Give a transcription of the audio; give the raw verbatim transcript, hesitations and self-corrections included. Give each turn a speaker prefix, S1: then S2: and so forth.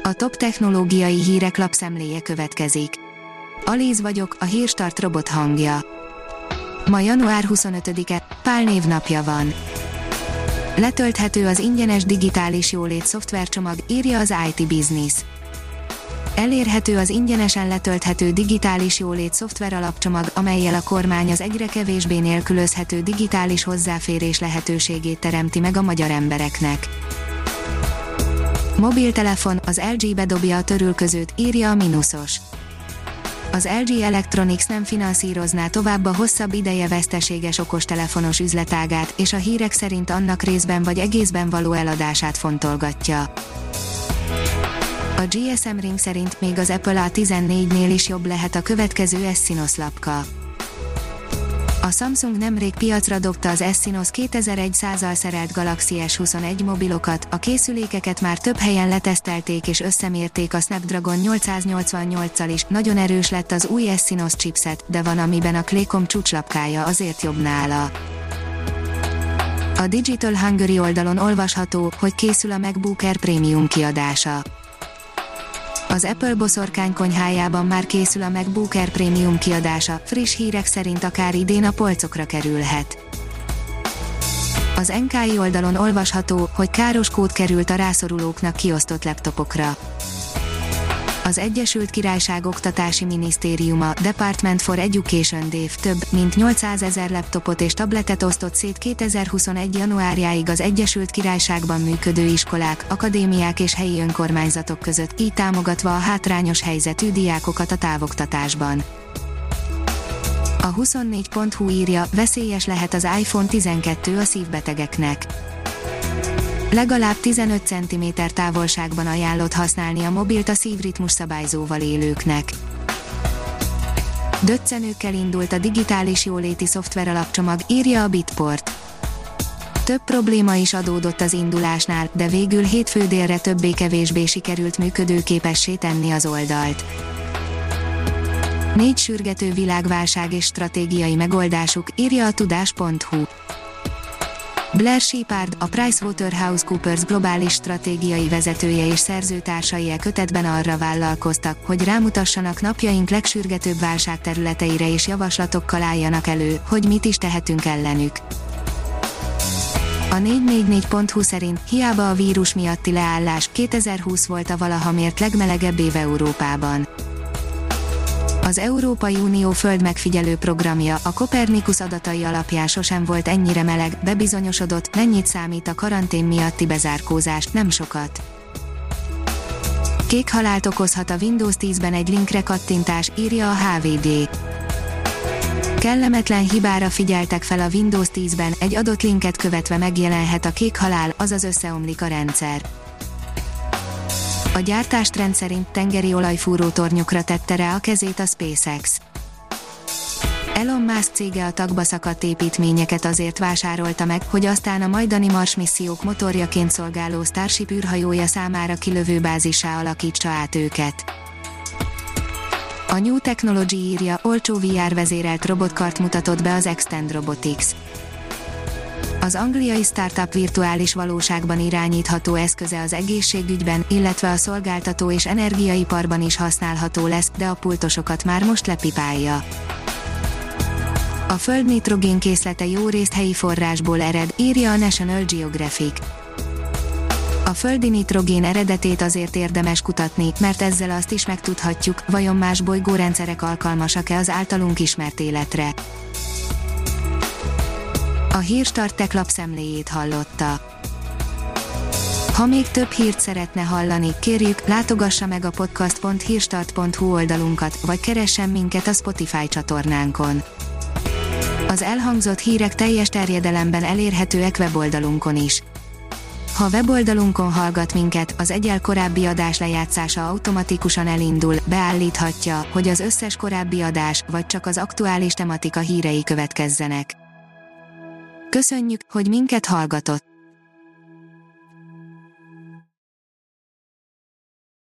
S1: A top technológiai hírek lapszemléje következik. Alíz vagyok, a Hírstart robot hangja. Ma január huszonötödike, Pál névnapja van. Letölthető az ingyenes digitális jólét szoftvercsomag, írja az i té Business. Elérhető az ingyenesen letölthető digitális jólét szoftver alapcsomag, amellyel a kormány az egyre kevésbé nélkülözhető digitális hozzáférés lehetőségét teremti meg a magyar embereknek. Mobiltelefon, az el gé bedobja a törülközőt, írja a Minusos. Az el gé Electronics nem finanszírozná tovább a hosszabb ideje veszteséges okostelefonos üzletágát, és a hírek szerint annak részben vagy egészben való eladását fontolgatja. A gé es em Ring szerint még az Apple á tizennégynél is jobb lehet a következő Exynos lapka. A Samsung nemrég piacra dobta az Exynos kétezer-százal szerelt Galaxy es huszonegy mobilokat, a készülékeket már több helyen letesztelték és összemérték a Snapdragon nyolcszáznyolcvannyolccal is, nagyon erős lett az új Exynos chipset, de van amiben a Qualcomm csúcslapkája azért jobb nála. A Digital Hungary oldalon olvasható, hogy készül a MacBook Air Premium kiadása. Az Apple boszorkánykonyhájában már készül a MacBook Air Premium kiadása, friss hírek szerint akár idén a polcokra kerülhet. Az en ká i oldalon olvasható, hogy káros kód került a rászorulóknak kiosztott laptopokra. Az Egyesült Királyság Oktatási Minisztériuma, Department for Education dé e ef több, mint nyolcszázezer laptopot és tabletet osztott szét kétezer-huszonegy januárjáig az Egyesült Királyságban működő iskolák, akadémiák és helyi önkormányzatok között, így támogatva a hátrányos helyzetű diákokat a távoktatásban. A huszonnégy pont hu írja, veszélyes lehet az iPhone tizenkettő a szívbetegeknek. Legalább tizenöt centiméter távolságban ajánlott használni a mobilt a szívritmus szabályzóval élőknek. Döccenőkkel indult a digitális jóléti szoftver alapcsomag, írja a Bitport. Több probléma is adódott az indulásnál, de végül hétfő délre többé-kevésbé sikerült működőképessé tenni az oldalt. Négy sürgető világválság és stratégiai megoldásuk, írja a tudás pont hu. Blair Shepard, a PricewaterhouseCoopers globális stratégiai vezetője és szerzőtársai e kötetben arra vállalkoztak, hogy rámutassanak napjaink legsürgetőbb válságterületeire és javaslatokkal álljanak elő, hogy mit is tehetünk ellenük. A négy négy négy pont hu szerint hiába a vírus miatti leállás, kétezer-húsz volt a valaha mért legmelegebb év Európában. Az Európai Unió földmegfigyelő programja, a Copernicus adatai alapján sosem volt ennyire meleg, bebizonyosodott, mennyit számít a karantén miatti bezárkózás, nem sokat. Kék halált okozhat a Windows tízben egy linkre kattintás, írja a há vé gé. Kellemetlen hibára figyeltek fel a Windows tízben, egy adott linket követve megjelenhet a kék halál, azaz összeomlik a rendszer. A gyártástrend szerint tengeri olajfúró tornyokra tette rá a kezét a SpaceX. Elon Musk cége a tagba szakadt építményeket azért vásárolta meg, hogy aztán a majdani Mars missziók motorjaként szolgáló Starship űrhajója számára kilövőbázissá alakítsa át őket. A New Technology írja, olcsó vé er vezérelt robotkart mutatott be az Extend Robotics. Az angliai startup virtuális valóságban irányítható eszköze az egészségügyben, illetve a szolgáltató és energiaiparban is használható lesz, de a pultosokat már most lepipálja. A Föld nitrogén készlete jó részt helyi forrásból ered, írja a National Geographic. A földi nitrogén eredetét azért érdemes kutatni, mert ezzel azt is megtudhatjuk, vajon más bolygórendszerek alkalmasak-e az általunk ismert életre. A Hírstart Tech lapszemléjét hallotta. Ha még több hírt szeretne hallani, kérjük, látogassa meg a podcast pont hírstart pont hu oldalunkat, vagy keressen minket a Spotify csatornánkon. Az elhangzott hírek teljes terjedelemben elérhetőek weboldalunkon is. Ha weboldalunkon hallgat minket, az egyel korábbi adás lejátszása automatikusan elindul, beállíthatja, hogy az összes korábbi adás, vagy csak az aktuális tematika hírei következzenek. Köszönjük, hogy minket hallgatott!